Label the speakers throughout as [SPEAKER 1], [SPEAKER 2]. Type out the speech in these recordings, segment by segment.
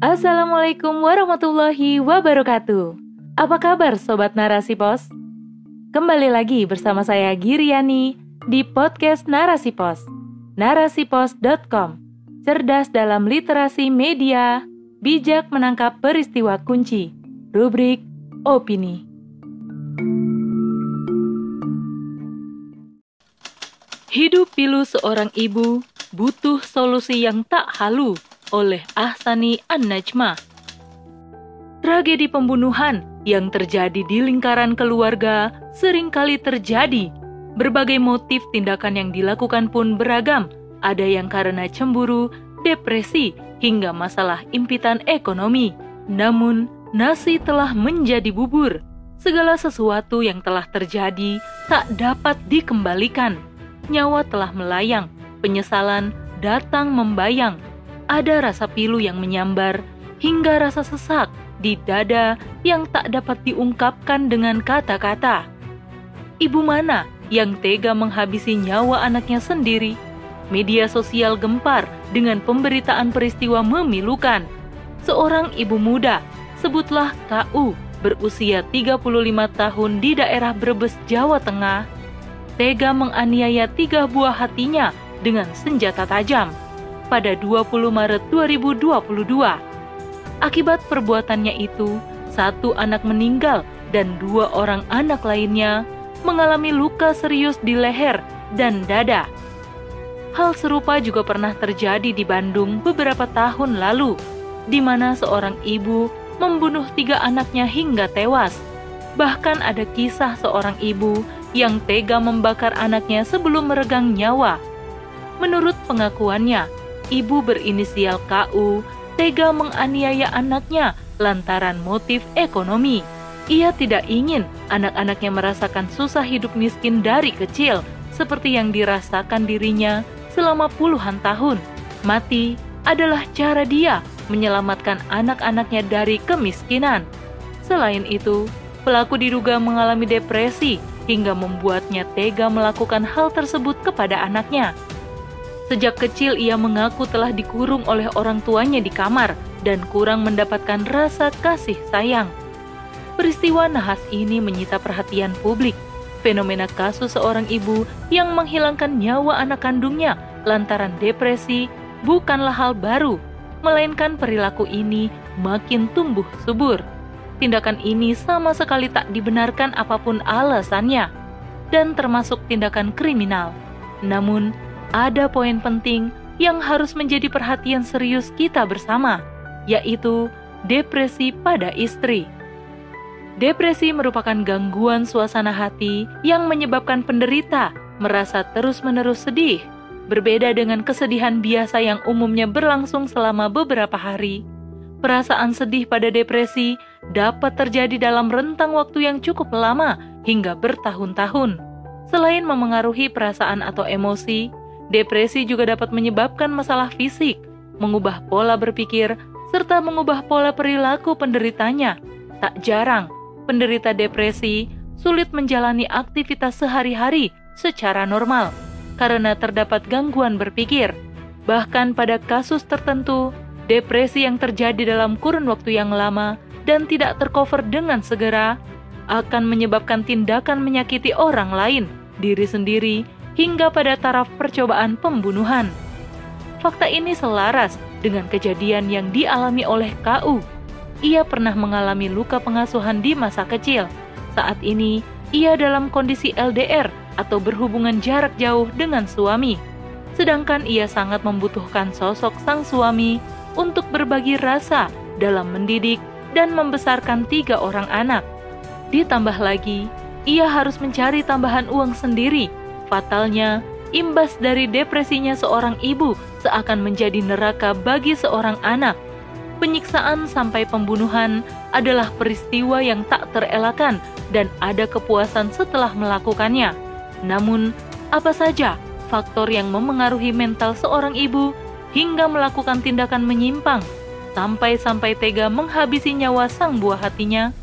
[SPEAKER 1] Assalamualaikum warahmatullahi wabarakatuh. Apa kabar Sobat Narasi Pos? Kembali lagi bersama saya Giriani di podcast Narasi Pos. Narasipos.com. Cerdas dalam literasi media, bijak menangkap peristiwa kunci. Rubrik Opini. Hidup pilu seorang ibu butuh solusi yang tak halu oleh Ahsani An-Najmah. Tragedi pembunuhan yang terjadi di lingkaran keluarga seringkali terjadi. Berbagai motif tindakan yang dilakukan pun beragam. Ada yang karena cemburu, depresi, hingga masalah impitan ekonomi. Namun, nasi telah menjadi bubur. Segala sesuatu yang telah terjadi tak dapat dikembalikan. Nyawa telah melayang, penyesalan datang membayang. Ada rasa pilu yang menyambar, hingga rasa sesak di dada yang tak dapat diungkapkan dengan kata-kata. Ibu mana yang tega menghabisi nyawa anaknya sendiri? Media sosial gempar dengan pemberitaan peristiwa memilukan. Seorang ibu muda, sebutlah KU, berusia 35 tahun di daerah Brebes, Jawa Tengah, tega menganiaya 3 buah hatinya dengan senjata tajam pada 20 Maret 2022. Akibat perbuatannya itu, 1 anak meninggal dan 2 orang anak lainnya mengalami luka serius di leher dan dada. Hal serupa juga pernah terjadi di Bandung beberapa tahun lalu, di mana seorang ibu membunuh 3 anaknya hingga tewas. Bahkan ada kisah seorang ibu yang tega membakar anaknya sebelum meregang nyawa. Menurut pengakuannya, ibu berinisial KU tega menganiaya anaknya lantaran motif ekonomi. Ia tidak ingin anak-anaknya merasakan susah hidup miskin dari kecil, seperti yang dirasakan dirinya selama puluhan tahun. Mati adalah cara dia menyelamatkan anak-anaknya dari kemiskinan. Selain itu, pelaku diduga mengalami depresi hingga membuatnya tega melakukan hal tersebut kepada anaknya. Sejak kecil ia mengaku telah dikurung oleh orang tuanya di kamar dan kurang mendapatkan rasa kasih sayang. Peristiwa nahas ini menyita perhatian publik. Fenomena kasus seorang ibu yang menghilangkan nyawa anak kandungnya lantaran depresi bukanlah hal baru, melainkan perilaku ini makin tumbuh subur. Tindakan ini sama sekali tak dibenarkan apapun alasannya, dan termasuk tindakan kriminal. Namun, ada poin penting yang harus menjadi perhatian serius kita bersama, yaitu depresi pada istri. Depresi merupakan gangguan suasana hati yang menyebabkan penderita merasa terus-menerus sedih. Berbeda dengan kesedihan biasa yang umumnya berlangsung selama beberapa hari, perasaan sedih pada depresi dapat terjadi dalam rentang waktu yang cukup lama hingga bertahun-tahun. Selain memengaruhi perasaan atau emosi, depresi juga dapat menyebabkan masalah fisik, mengubah pola berpikir, serta mengubah pola perilaku penderitanya. Tak jarang, penderita depresi sulit menjalani aktivitas sehari-hari secara normal karena terdapat gangguan berpikir. Bahkan pada kasus tertentu, depresi yang terjadi dalam kurun waktu yang lama dan tidak tercover dengan segera akan menyebabkan tindakan menyakiti orang lain, diri sendiri, hingga pada taraf percobaan pembunuhan. Fakta ini selaras dengan kejadian yang dialami oleh KU. Ia pernah mengalami luka pengasuhan di masa kecil. Saat ini, ia dalam kondisi LDR atau berhubungan jarak jauh dengan suami. Sedangkan ia sangat membutuhkan sosok sang suami untuk berbagi rasa dalam mendidik dan membesarkan 3 orang anak. Ditambah lagi, ia harus mencari tambahan uang sendiri. Fatalnya, imbas dari depresinya seorang ibu seakan menjadi neraka bagi seorang anak. Penyiksaan sampai pembunuhan adalah peristiwa yang tak terelakkan dan ada kepuasan setelah melakukannya. Namun, apa saja faktor yang memengaruhi mental seorang ibu hingga melakukan tindakan menyimpang sampai-sampai tega menghabisi nyawa sang buah hatinya?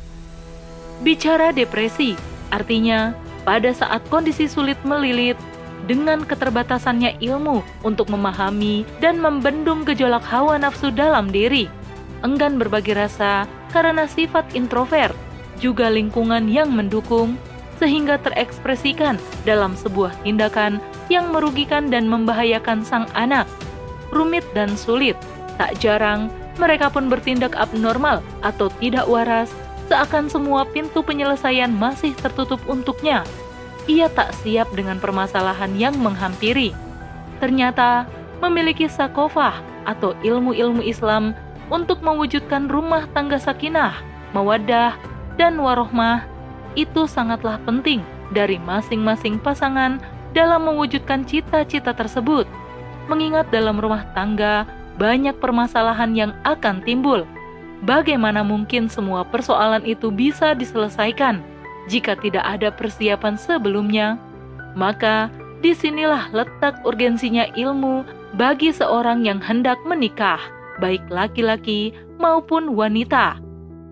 [SPEAKER 1] Bicara depresi, artinya pada saat kondisi sulit melilit, dengan keterbatasannya ilmu untuk memahami dan membendung gejolak hawa nafsu dalam diri, enggan berbagi rasa karena sifat introvert, juga lingkungan yang mendukung, sehingga terekspresikan dalam sebuah tindakan yang merugikan dan membahayakan sang anak. Rumit dan sulit, tak jarang mereka pun bertindak abnormal atau tidak waras, seakan semua pintu penyelesaian masih tertutup untuknya. Ia tak siap dengan permasalahan yang menghampiri. Ternyata, memiliki sakofah atau ilmu-ilmu Islam untuk mewujudkan rumah tangga sakinah, mawaddah, dan warohmah itu sangatlah penting dari masing-masing pasangan dalam mewujudkan cita-cita tersebut. Mengingat dalam rumah tangga banyak permasalahan yang akan timbul. Bagaimana mungkin semua persoalan itu bisa diselesaikan jika tidak ada persiapan sebelumnya? Maka disinilah letak urgensinya ilmu bagi seorang yang hendak menikah, baik laki-laki maupun wanita.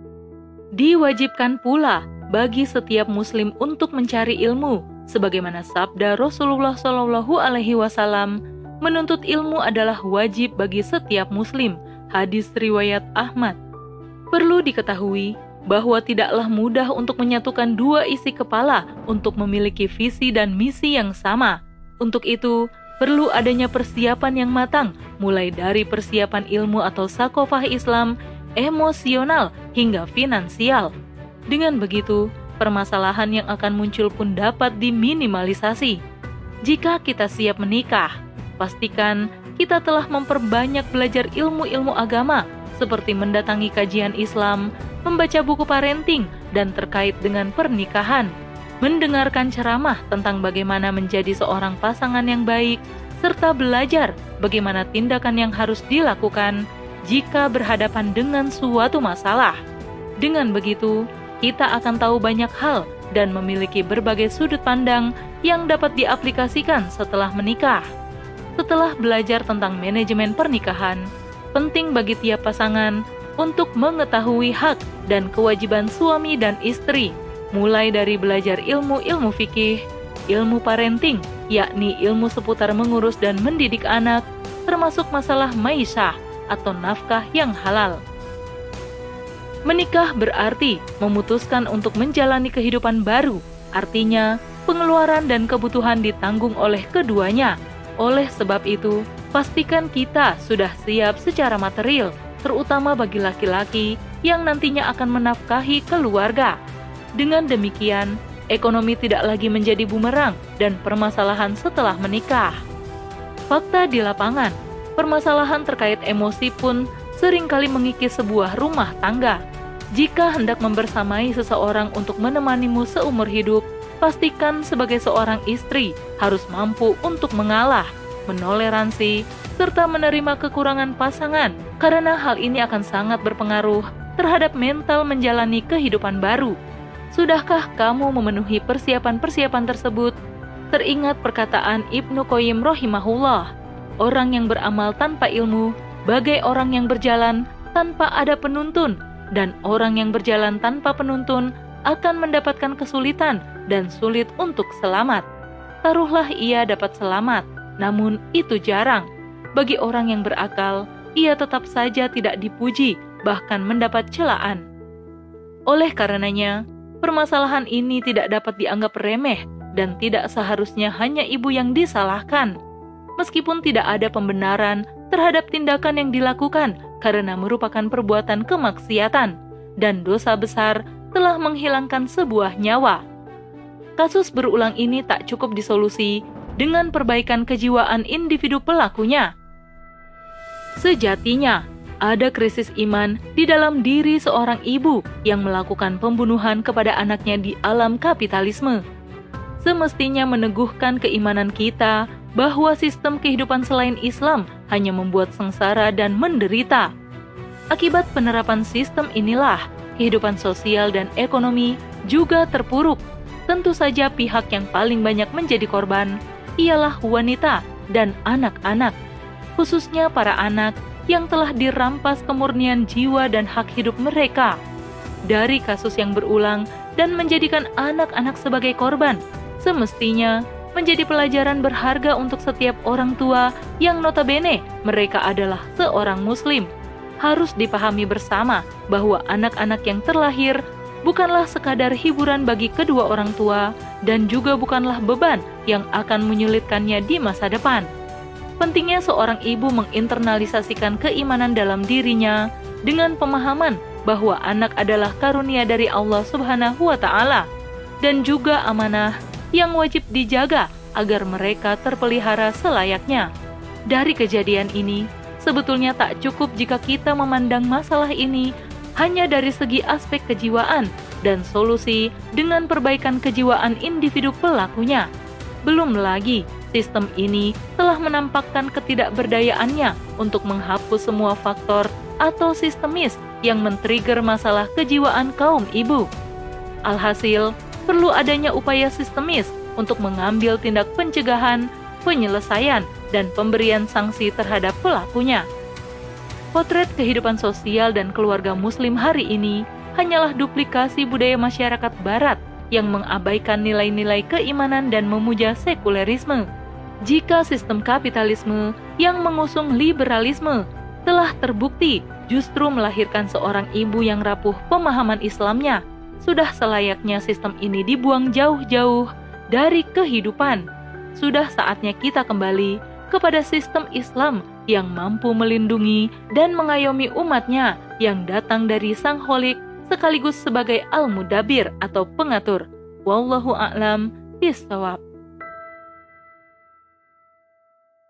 [SPEAKER 1] Diwajibkan pula bagi setiap muslim untuk mencari ilmu, sebagaimana sabda Rasulullah SAW, menuntut ilmu adalah wajib bagi setiap muslim. Hadis riwayat Ahmad. Perlu diketahui bahwa tidaklah mudah untuk menyatukan dua isi kepala untuk memiliki visi dan misi yang sama. Untuk itu, perlu adanya persiapan yang matang, mulai dari persiapan ilmu atau sakofah Islam, emosional, hingga finansial. Dengan begitu, permasalahan yang akan muncul pun dapat diminimalisasi. Jika kita siap menikah, pastikan kita telah memperbanyak belajar ilmu-ilmu agama, seperti mendatangi kajian Islam, membaca buku parenting, dan terkait dengan pernikahan, mendengarkan ceramah tentang bagaimana menjadi seorang pasangan yang baik, serta belajar bagaimana tindakan yang harus dilakukan jika berhadapan dengan suatu masalah. Dengan begitu, kita akan tahu banyak hal dan memiliki berbagai sudut pandang yang dapat diaplikasikan setelah menikah. Setelah belajar tentang manajemen pernikahan, penting bagi tiap pasangan untuk mengetahui hak dan kewajiban suami dan istri, mulai dari belajar ilmu-ilmu fikih, ilmu parenting, yakni ilmu seputar mengurus dan mendidik anak, termasuk masalah maisha atau nafkah yang halal. Menikah berarti memutuskan untuk menjalani kehidupan baru, artinya pengeluaran dan kebutuhan ditanggung oleh keduanya. Oleh sebab itu, pastikan kita sudah siap secara material, terutama bagi laki-laki yang nantinya akan menafkahi keluarga. Dengan demikian, ekonomi tidak lagi menjadi bumerang dan permasalahan setelah menikah. Fakta di lapangan, permasalahan terkait emosi pun seringkali mengikis sebuah rumah tangga. Jika hendak membersamai seseorang untuk menemanimu seumur hidup, pastikan sebagai seorang istri harus mampu untuk mengalah, menoleransi, serta menerima kekurangan pasangan, karena hal ini akan sangat berpengaruh terhadap mental menjalani kehidupan baru. Sudahkah kamu memenuhi persiapan-persiapan tersebut? Teringat perkataan Ibnu Qayyim rahimahullah, orang yang beramal tanpa ilmu, bagai orang yang berjalan tanpa ada penuntun, dan orang yang berjalan tanpa penuntun akan mendapatkan kesulitan dan sulit untuk selamat. Taruhlah ia dapat selamat, namun itu jarang. Bagi orang yang berakal, ia tetap saja tidak dipuji, bahkan mendapat celaan. Oleh karenanya, permasalahan ini tidak dapat dianggap remeh dan tidak seharusnya hanya ibu yang disalahkan. Meskipun tidak ada pembenaran terhadap tindakan yang dilakukan karena merupakan perbuatan kemaksiatan dan dosa besar telah menghilangkan sebuah nyawa. Kasus berulang ini tak cukup disolusi dengan perbaikan kejiwaan individu pelakunya. Sejatinya, ada krisis iman di dalam diri seorang ibu yang melakukan pembunuhan kepada anaknya di alam kapitalisme. Semestinya meneguhkan keimanan kita bahwa sistem kehidupan selain Islam hanya membuat sengsara dan menderita. Akibat penerapan sistem inilah, kehidupan sosial dan ekonomi juga terpuruk. Tentu saja pihak yang paling banyak menjadi korban ialah wanita dan anak-anak, khususnya para anak yang telah dirampas kemurnian jiwa dan hak hidup mereka. Dari kasus yang berulang dan menjadikan anak-anak sebagai korban, semestinya menjadi pelajaran berharga untuk setiap orang tua yang notabene mereka adalah seorang muslim. harus dipahami bersama bahwa anak-anak yang terlahir bukanlah sekadar hiburan bagi kedua orang tua dan juga bukanlah beban yang akan menyulitkannya di masa depan. Pentingnya seorang ibu menginternalisasikan keimanan dalam dirinya dengan pemahaman bahwa anak adalah karunia dari Allah Subhanahu wa Ta'ala dan juga amanah yang wajib dijaga agar mereka terpelihara selayaknya. Dari kejadian ini, sebetulnya tak cukup jika kita memandang masalah ini hanya dari segi aspek kejiwaan dan solusi dengan perbaikan kejiwaan individu pelakunya. Belum lagi, sistem ini telah menampakkan ketidakberdayaannya untuk menghapus semua faktor atau sistemis yang men-trigger masalah kejiwaan kaum ibu. Alhasil, perlu adanya upaya sistemis untuk mengambil tindak pencegahan, penyelesaian, dan pemberian sanksi terhadap pelakunya. Potret kehidupan sosial dan keluarga Muslim hari ini hanyalah duplikasi budaya masyarakat Barat yang mengabaikan nilai-nilai keimanan dan memuja sekulerisme. Jika sistem kapitalisme yang mengusung liberalisme telah terbukti justru melahirkan seorang ibu yang rapuh pemahaman Islamnya, sudah selayaknya sistem ini dibuang jauh-jauh dari kehidupan. Sudah saatnya kita kembali kepada sistem Islam yang mampu melindungi dan mengayomi umatnya yang datang dari Sang Kholik sekaligus sebagai Al-Mudabbir atau pengatur. Wallahu a'lam bishawab.